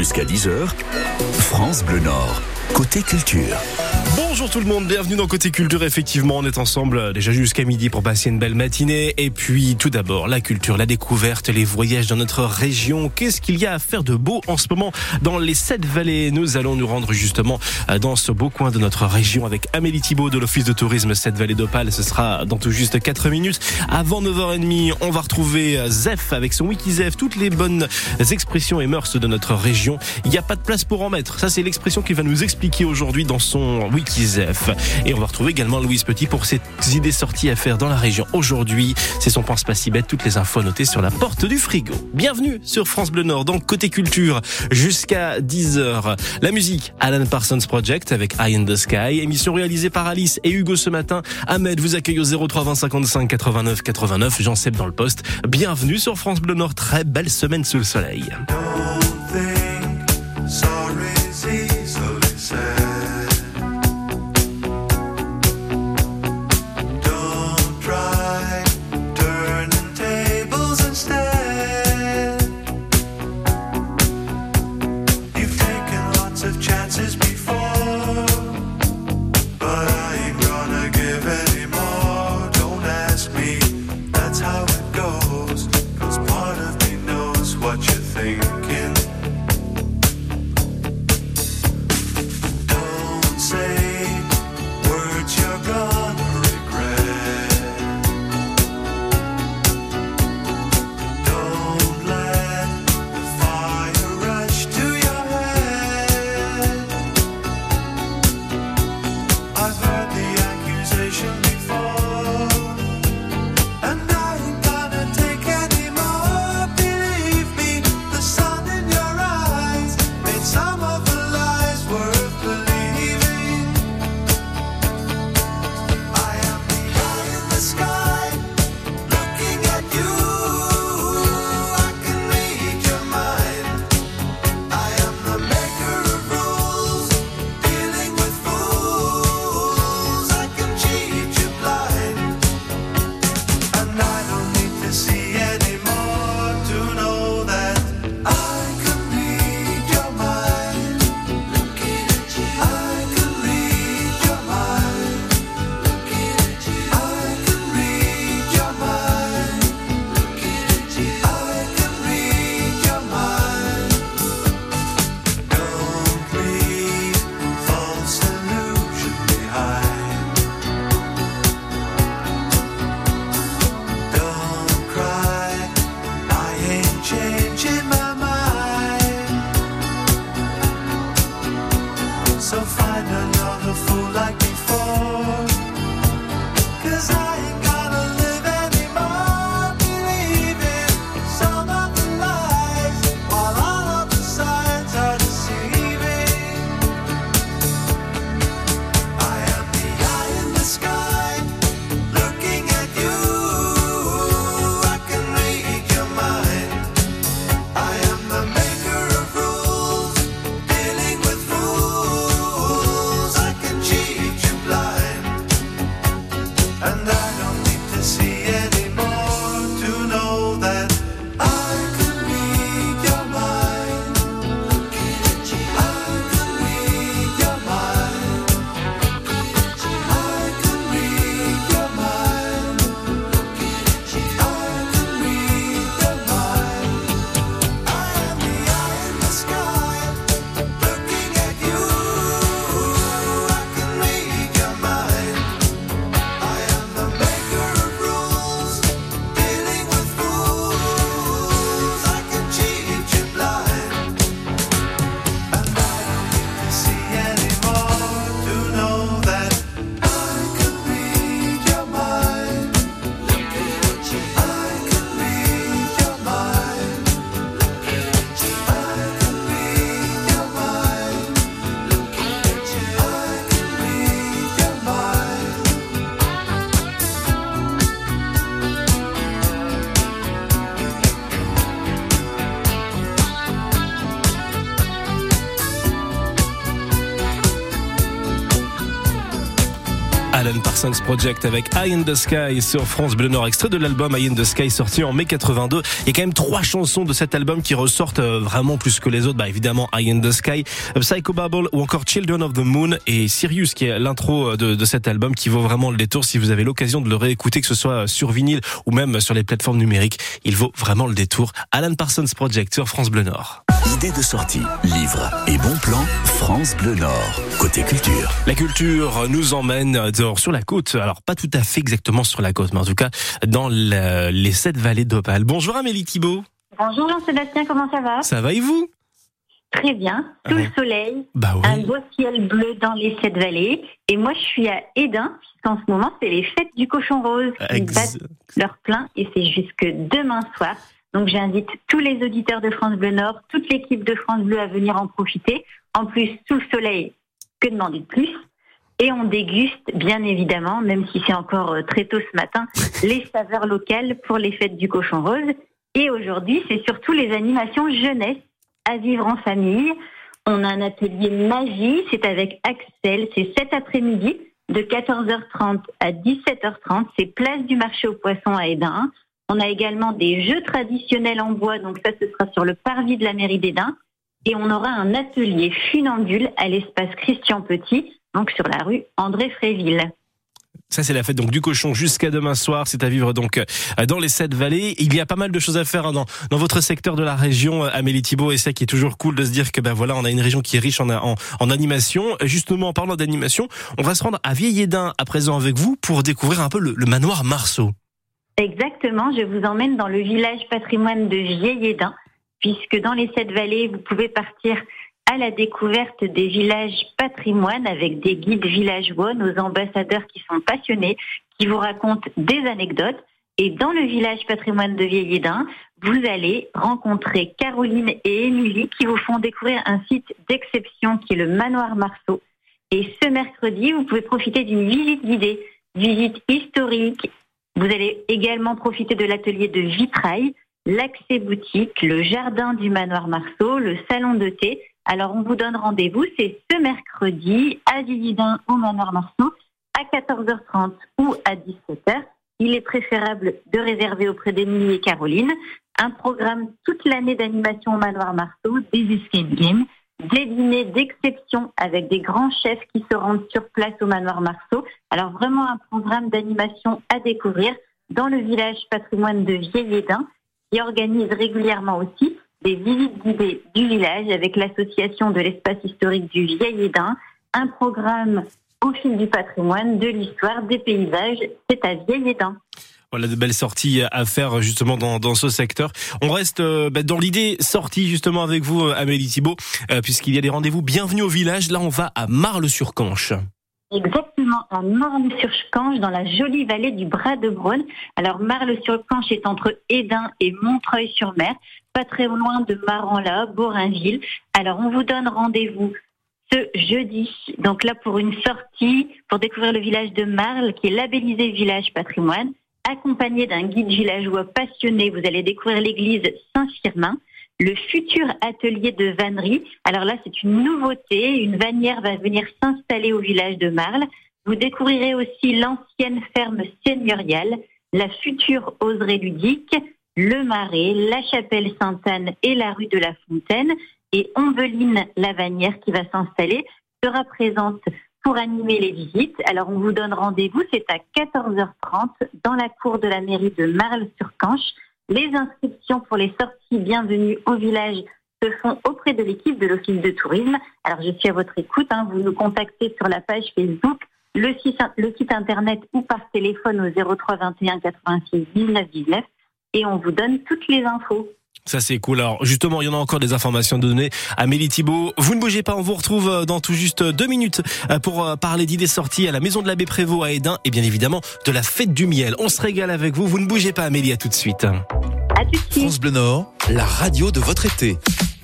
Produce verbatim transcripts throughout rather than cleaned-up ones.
Jusqu'à dix heures, France Bleu Nord, côté culture. Bonjour tout le monde, bienvenue dans Côté Culture. Effectivement, on est ensemble déjà jusqu'à midi pour passer une belle matinée. Et puis tout d'abord, la culture, la découverte, les voyages dans notre région. Qu'est-ce qu'il y a à faire de beau en ce moment dans les Sept Vallées? Nous allons nous rendre justement dans ce beau coin de notre région avec Amélie Thibault de l'Office de tourisme Sept Vallées d'Opale. Ce sera dans tout juste quatre minutes. Avant neuf heures trente, on va retrouver Zef avec son Wikizef, toutes les bonnes expressions et mœurs de notre région. Il n'y a pas de place pour en mettre. Ça, c'est l'expression qu'il va nous expliquer aujourd'hui dans son Wikizef. Et on va retrouver également Louise Petit pour ses idées sorties à faire dans la région aujourd'hui. C'est son Pense pas si bête, toutes les infos notées sur la porte du frigo. Bienvenue sur France Bleu Nord, donc Côté Culture, jusqu'à dix heures. La musique, Alan Parsons Project avec Eye in the Sky, émission réalisée par Alice et Hugo ce matin. Ahmed vous accueille au zéro trois vingt cinquante-cinq quatre-vingt-neuf quatre-vingt-neuf. Jean-Seb dans le poste. Bienvenue sur France Bleu Nord, très belle semaine sous le soleil. The sun Alan Parsons Project avec Eye in the Sky sur France Bleu Nord, extrait de l'album Eye in the Sky sorti en mai quatre-vingt-deux. Il y a quand même trois chansons de cet album qui ressortent vraiment plus que les autres. Bah évidemment Eye in the Sky, Psychobabble ou encore Children of the Moon et Sirius qui est l'intro de, de cet album qui vaut vraiment le détour si vous avez l'occasion de le réécouter, que ce soit sur vinyle ou même sur les plateformes numériques. Il vaut vraiment le détour. Alan Parsons Project sur France Bleu Nord. Idée de sortie, livres et bons plans, France Bleu Nord. Côté culture. La culture nous emmène dehors sur la côte. Alors pas tout à fait exactement sur la côte, mais en tout cas dans le, les sept vallées d'Opale. Bonjour Amélie Thibault. Bonjour Jean-Sébastien, comment ça va? Ça va et vous? Très bien, sous ah le soleil, bah oui. Un beau ciel bleu dans les sept vallées. Et moi je suis à Hesdin, puisqu'en ce moment c'est les fêtes du cochon rose qui Ex- battent leur plein et c'est jusque demain soir. Donc j'invite tous les auditeurs de France Bleu Nord, toute l'équipe de France Bleu à venir en profiter. En plus, sous le soleil, que demander de plus? Et on déguste, bien évidemment, même si c'est encore très tôt ce matin, les saveurs locales pour les fêtes du cochon rose. Et aujourd'hui, c'est surtout les animations jeunesse à vivre en famille. On a un atelier magie, c'est avec Axel, c'est cet après-midi de quatorze heures trente à dix-sept heures trente. C'est place du marché aux poissons à Hesdin. On a également des jeux traditionnels en bois, donc ça ce sera sur le parvis de la mairie d'Hesdin. Et on aura un atelier funambule à l'espace Christian Petit, donc sur la rue André Fréville. Ça c'est la fête donc du cochon jusqu'à demain soir. C'est à vivre donc dans les sept vallées. Il y a pas mal de choses à faire hein, dans dans votre secteur de la région, Amélie Thibault, et ça qui est toujours cool de se dire que ben voilà, on a une région qui est riche en en, en animation. Justement, en parlant d'animation, on va se rendre à Vieil-Hesdin à présent avec vous pour découvrir un peu le, le manoir Marceau. Exactement, je vous emmène dans le village patrimoine de Vieil-Hesdin, puisque dans les sept vallées, vous pouvez partir à la découverte des villages patrimoine avec des guides villageois, nos ambassadeurs qui sont passionnés, qui vous racontent des anecdotes. Et dans le village patrimoine de Vieil-Hesdin, vous allez rencontrer Caroline et Émilie qui vous font découvrir un site d'exception qui est le manoir Marceau. Et ce mercredi, vous pouvez profiter d'une visite guidée, visite historique. Vous allez également profiter de l'atelier de vitrail, l'accès boutique, le jardin du manoir Marceau, le salon de thé. Alors, on vous donne rendez-vous, c'est ce mercredi à Vieil-Hesdin au manoir Marceau à quatorze heures trente ou à dix-sept heures. Il est préférable de réserver auprès d'Émilie et Caroline. Un programme toute l'année d'animation au manoir Marceau, des escape games, des dîners d'exception avec des grands chefs qui se rendent sur place au manoir Marceau. Alors, vraiment un programme d'animation à découvrir dans le village patrimoine de Vieil-Hesdin qui organise régulièrement aussi des visites guidées du village avec l'association de l'espace historique du Vieil-Hesdin, un programme au fil du patrimoine, de l'histoire, des paysages, c'est à Vieil-Hesdin. Voilà de belles sorties à faire justement dans, dans ce secteur. On reste euh, bah, dans l'idée sortie justement avec vous Amélie Thibault, euh, puisqu'il y a des rendez-vous bienvenue au village. Là on va à Marle-sur-Canche. Exactement, à Marle-sur-Canche, dans la jolie vallée du Bras-de-Braune. Alors, Marle-sur-Canche est entre Hesdin et Montreuil-sur-Mer, pas très loin de Maranla, Borinville. Alors, on vous donne rendez-vous ce jeudi, donc là pour une sortie, pour découvrir le village de Marle, qui est labellisé village patrimoine, accompagné d'un guide villageois passionné. Vous allez découvrir l'église Saint-Firmin, le futur atelier de vannerie. Alors là, c'est une nouveauté. Une vannière va venir s'installer au village de Marle. Vous découvrirez aussi l'ancienne ferme seigneuriale, la future oserie ludique, le Marais, la chapelle Sainte-Anne et la rue de la Fontaine. Et Ombeline, la vannière qui va s'installer, sera présente pour animer les visites. Alors, on vous donne rendez-vous. C'est à quatorze heures trente dans la cour de la mairie de Marle-sur-Canche. Les inscriptions pour les sorties bienvenue au village se font auprès de l'équipe de l'Office de tourisme. Alors, je suis à votre écoute. Hein. Vous nous contactez sur la page Facebook, le site, le site internet ou par téléphone au zéro trois vingt et un quatre-vingt-six dix-neuf dix-neuf et on vous donne toutes les infos. Ça c'est cool. Alors justement, il y en a encore des informations à donner. Amélie Thibault, vous ne bougez pas, on vous retrouve dans tout juste deux minutes pour parler d'idées sorties à la maison de l'abbé Prévost à Hesdin et bien évidemment de la fête du miel. On se régale avec vous, vous ne bougez pas Amélie, à tout de suite. À tout de suite. France Bleu Nord, la radio de votre été.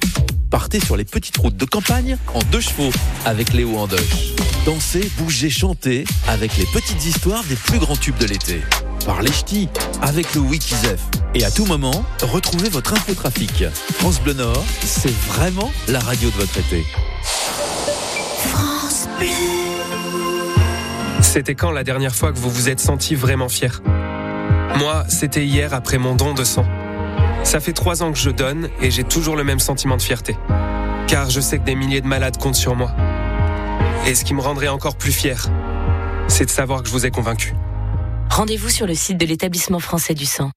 Partez sur les petites routes de campagne en deux chevaux avec Léo Andoche. Dansez, bougez, chantez avec les petites histoires des plus grands tubes de l'été. Par les ch'tis avec le Wikizef. Et à tout moment, retrouvez votre infotrafic. France Bleu Nord, c'est vraiment la radio de votre été. France Bleu. C'était quand la dernière fois que vous vous êtes senti vraiment fier ? Moi, c'était hier après mon don de sang. Ça fait trois ans que je donne et j'ai toujours le même sentiment de fierté. Car je sais que des milliers de malades comptent sur moi. Et ce qui me rendrait encore plus fier, c'est de savoir que je vous ai convaincu. Rendez-vous sur le site de l'Établissement français du sang.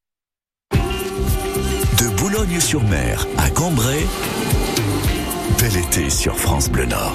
De Boulogne-sur-Mer à Cambrai, bel été sur France Bleu Nord.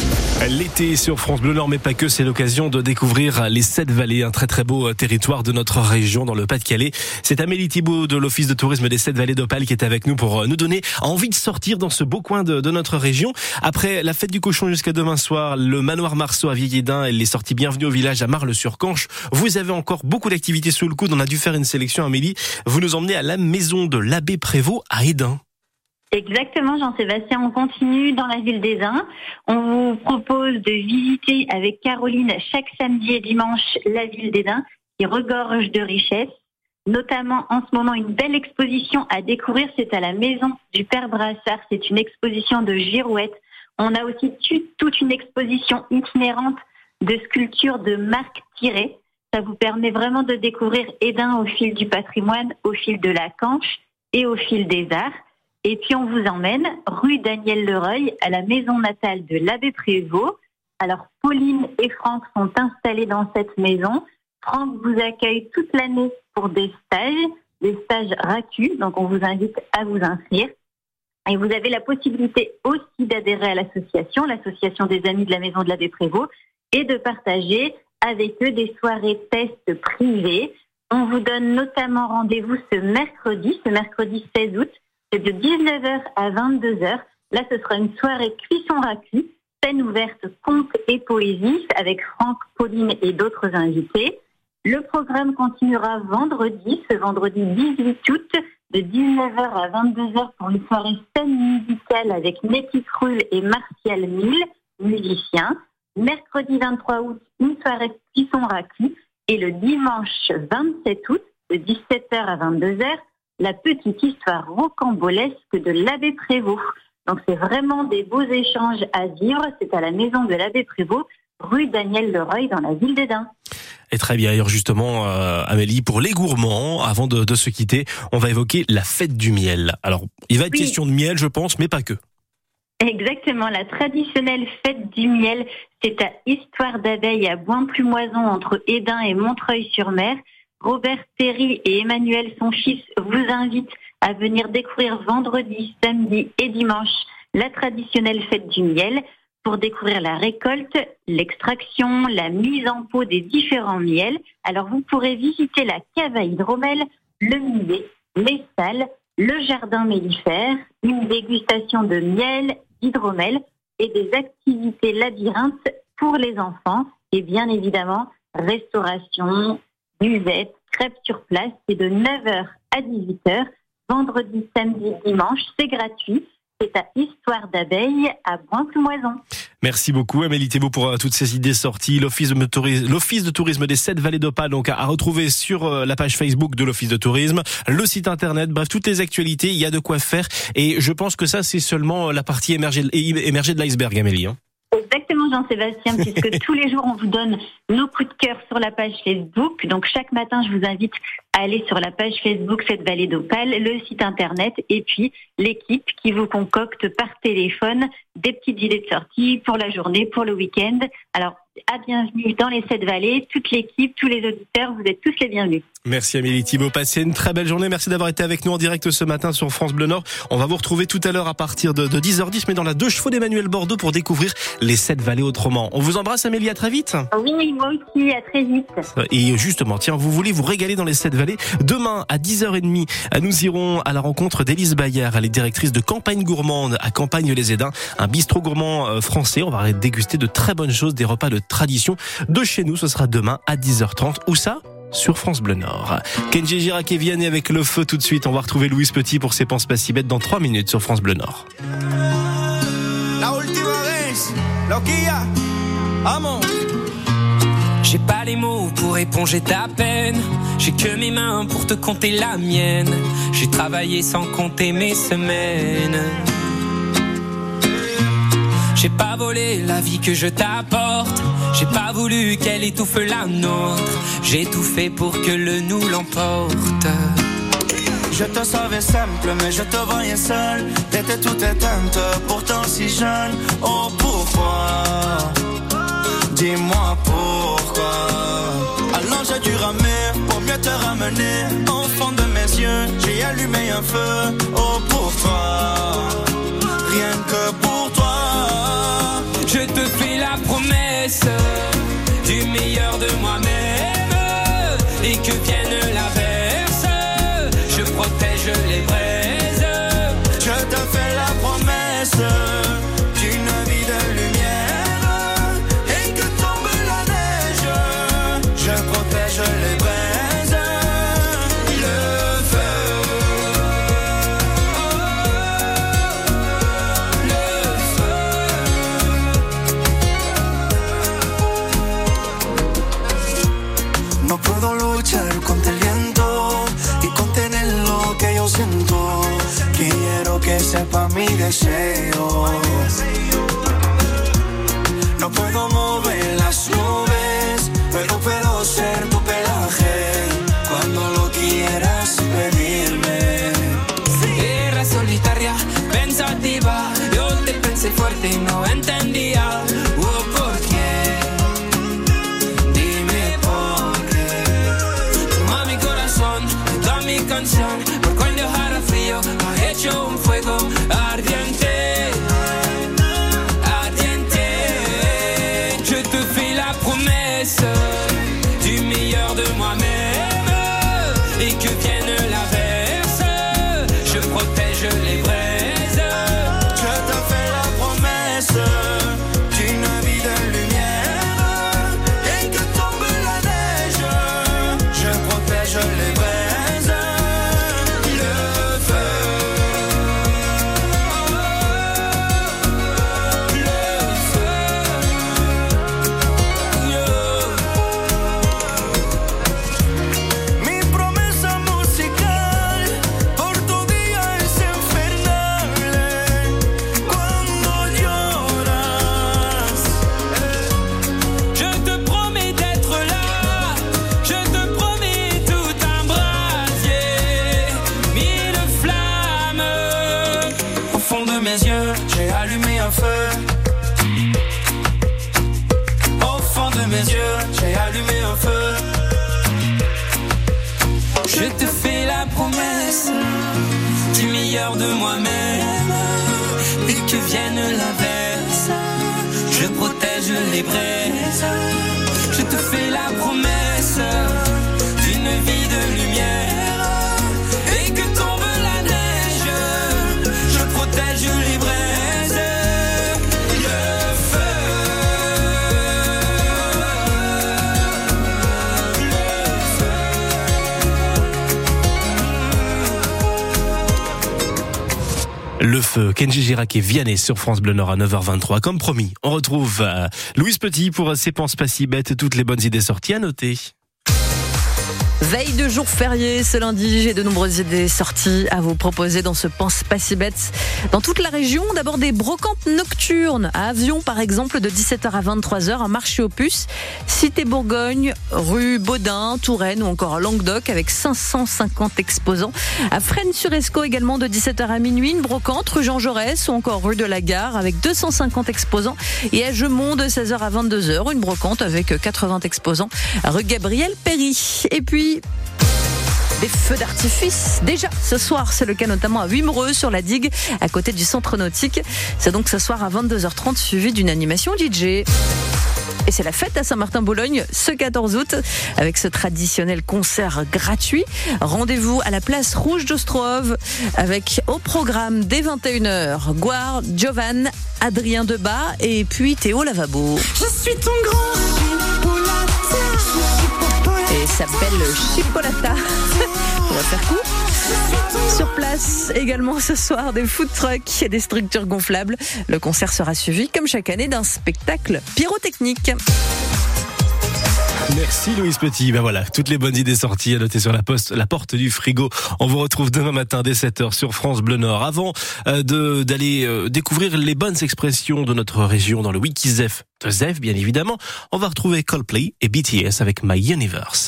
L'été sur France Bleu Nord, mais pas que, c'est l'occasion de découvrir les Sept Vallées, un très très beau territoire de notre région dans le Pas-de-Calais. C'est Amélie Thibault de l'Office de tourisme des Sept Vallées d'Opale qui est avec nous pour nous donner envie de sortir dans ce beau coin de, de notre région. Après la fête du cochon jusqu'à demain soir, le manoir Marceau à Vieilledin et les sorties Bienvenue au village à Marle-sur-Canche, vous avez encore beaucoup d'activités sous le coude. On a dû faire une sélection, Amélie. Vous nous emmenez à la maison de l'abbé Prévost à Hesdin. Exactement, Jean-Sébastien, on continue dans la ville d'Hesdin. On vous propose de visiter avec Caroline chaque samedi et dimanche la ville d'Hesdin qui regorge de richesses. Notamment en ce moment une belle exposition à découvrir, c'est à la maison du Père Brassard. C'est une exposition de girouettes. On a aussi toute une exposition itinérante de sculptures de Marc Tiré. Ça vous permet vraiment de découvrir Hesdin au fil du patrimoine, au fil de la Canche et au fil des arts. Et puis on vous emmène rue Daniel Lereuil à la maison natale de l'abbé Prévost. Alors Pauline et Franck sont installés dans cette maison. Franck vous accueille toute l'année pour des stages, des stages R A C U, donc on vous invite à vous inscrire. Et vous avez la possibilité aussi d'adhérer à l'association, l'association des amis de la maison de l'abbé Prévost, et de partager avec eux des soirées tests privées. On vous donne notamment rendez-vous ce mercredi, ce mercredi seize août, c'est de dix-neuf heures à vingt-deux heures. Là, ce sera une soirée cuisson R A C U, scène ouverte, contes et poésie avec Franck, Pauline et d'autres invités. Le programme continuera vendredi, ce vendredi dix-huit août, de dix-neuf heures à vingt-deux heures pour une soirée scène musicale avec Nettie Krull et Martial Mille, musiciens. Mercredi vingt-trois août, une soirée cuisson R A C U. Et le dimanche vingt-sept août, de dix-sept heures à vingt-deux heures, la petite histoire rocambolesque de l'abbé Prévost. Donc c'est vraiment des beaux échanges à vivre. C'est à la maison de l'abbé Prévost, rue Daniel Lereuil, dans la ville d'Hesdin. Et très bien, alors justement, euh, Amélie, pour les gourmands, avant de, de se quitter, on va évoquer la fête du miel. Alors, il va être oui. question de miel, je pense, mais pas que. Exactement, la traditionnelle fête du miel, c'est à Histoire d'abeille à Boin-Plumoison, entre Hesdin et Montreuil-sur-Mer. Robert Terry et Emmanuel, son fils, vous invitent à venir découvrir vendredi, samedi et dimanche la traditionnelle fête du miel pour découvrir la récolte, l'extraction, la mise en pot des différents miels. Alors vous pourrez visiter la cave à hydromel, le musée, les salles, le jardin mellifère, une dégustation de miel, d'hydromel et des activités labyrinthes pour les enfants et bien évidemment restauration, musette, crêpes sur place, c'est de neuf heures à dix-huit heures, vendredi, samedi, dimanche, c'est gratuit. C'est à Histoire d'abeille à Boin-Plumoison. Merci beaucoup Amélie Thibault pour euh, toutes ces idées sorties. L'Office de, tourisme, l'Office de tourisme des Sept Vallées d'Opale, donc à retrouver sur euh, la page Facebook de l'Office de tourisme, le site internet, bref, toutes les actualités, il y a de quoi faire. Et je pense que ça, c'est seulement la partie émergée, émergée de l'iceberg, Amélie. Hein. Exactement Jean-Sébastien, puisque tous les jours on vous donne nos coups de cœur sur la page Facebook. Donc chaque matin je vous invite à aller sur la page Facebook Sept Vallées d'Opale, le site internet et puis l'équipe qui vous concocte par téléphone des petites idées de sortie pour la journée, pour le week-end. Alors à bienvenue dans les Sept Vallées, toute l'équipe, tous les auditeurs, vous êtes tous les bienvenus. Merci Amélie Thibault, passez une très belle journée, merci d'avoir été avec nous en direct ce matin sur France Bleu Nord. On va vous retrouver tout à l'heure à partir de, de dix heures dix, mais dans la deux chevaux d'Emmanuel Bordeaux pour découvrir les Sept Vallées autrement. On vous embrasse Amélie, à très vite. Oui, moi aussi, à très vite. Et justement, tiens, vous voulez vous régaler dans les Sept Vallées. Demain à dix heures trente, nous irons à la rencontre d'Élise Bayard, elle est directrice de Campagne Gourmande à Campagne-les-Hesdins, un bistrot gourmand français. On va déguster de très bonnes choses, des repas de tradition de chez nous. Ce sera demain à dix heures trente. Où ça ? Sur France Bleu Nord. Kenji Girac et Vianney avec le feu tout de suite. On va retrouver Louise Petit pour ses penses pas si bêtes dans trois minutes sur France Bleu Nord. La ultima vez, loquilla, amor. J'ai pas les mots pour éponger ta peine. J'ai que mes mains pour te compter la mienne. J'ai travaillé sans compter mes semaines. J'ai pas volé la vie que je t'apporte. J'ai pas voulu qu'elle étouffe la nôtre. J'ai tout fait pour que le nous l'emporte. Je te savais simple, mais je te voyais seul. T'étais toute éteinte, pourtant si jeune. Oh pourquoi? Dis-moi pourquoi. Alors j'ai dû ramer pour mieux te ramener. Au fond de mes yeux, j'ai allumé un feu. Oh pour toi, rien que pour toi. Je te fais la promesse du meilleur de moi-même. Et que vienne l'averse, je protège les braises. Je te fais la promesse d'une vie de lumière. Et que tombe la neige, je protège les braises. Le feu, le feu. No puedo luchar contra el viento y contener lo que yo siento. Quiero que sepa mi deseo. No puedo mover las nubes, pero puedo ser tu pelaje cuando lo quieras pedirme. Era solitaria, pensativa. Yo te pensé fuerte y no entendía. Oh, ¿por qué? Dime por qué. Toma mi corazón, toda mi canción. Por cuando hará frío, ha hecho un fuego ardiente. Ardiente. Je te fais la promesse du meilleur de moi-même. Et que vienne l'averse, je protège les braises. Je te fais la promesse d'une vie de lumière. Et que tombe la neige, je protège les braises. Le feu, le feu, mi promesa musical por tu día es infernal. Cuando lloras, Je te promets d'être là. Je te promets tout un brasier, mille flammes. au fond de mes yeux, j'ai allumé un feu. Au fond de mes yeux, j'ai allumé un feu. Je te fais la promesse du meilleur de moi-même. Et que vienne l'averse, je protège les braises. Je te fais la promesse d'une vie de lumière. Et que tombe la neige, je protège les braises. Le feu, le feu. Le feu, Kenji Girac et Vianney sur France Bleu Nord à neuf heures vingt-trois. Comme promis, on retrouve euh, Louise Petit pour ses penses pas si bêtes, toutes les bonnes idées sorties à noter. Veille de jour férié, ce lundi, j'ai de nombreuses idées sorties à vous proposer dans ce Pense pas si bête. Dans toute la région, d'abord des brocantes nocturnes. À Avion, par exemple, de dix-sept heures à vingt-trois heures, un marché aux puces. Cité Bourgogne, rue Baudin, Touraine ou encore Languedoc, avec cinq cent cinquante exposants. À Fresnes-sur-Escaut, également, de dix-sept heures à minuit, une brocante, rue Jean Jaurès ou encore rue de la Gare, avec deux cent cinquante exposants. Et à Gemont, de seize heures à vingt-deux heures, une brocante avec quatre-vingts exposants, rue Gabriel Péry. Et puis, des feux d'artifice. Déjà, ce soir, c'est le cas notamment à Wimereux, sur la digue, à côté du centre nautique. C'est donc ce soir à vingt-deux heures trente, suivi d'une animation D J. Et c'est la fête à Saint-Martin-Boulogne ce quatorze août avec ce traditionnel concert gratuit. Rendez-vous à la place Rouge d'Ostrov avec au programme dès vingt et une heures Gouard, Jovan, Adrien Debat et puis Théo Lavabo. Je suis ton grand Et s'appelle Chipolata. On va faire court. Sur place également ce soir des food trucks et des structures gonflables. Le concert sera suivi comme chaque année d'un spectacle pyrotechnique. Merci Louise Petit. Ben voilà, toutes les bonnes idées sorties à noter sur la, poste, la porte du frigo. On vous retrouve demain matin dès sept heures sur France Bleu Nord. Avant euh, de, d'aller euh, découvrir les bonnes expressions de notre région dans le Wikizef de Zef, bien évidemment, on va retrouver Coldplay et B T S avec My Universe.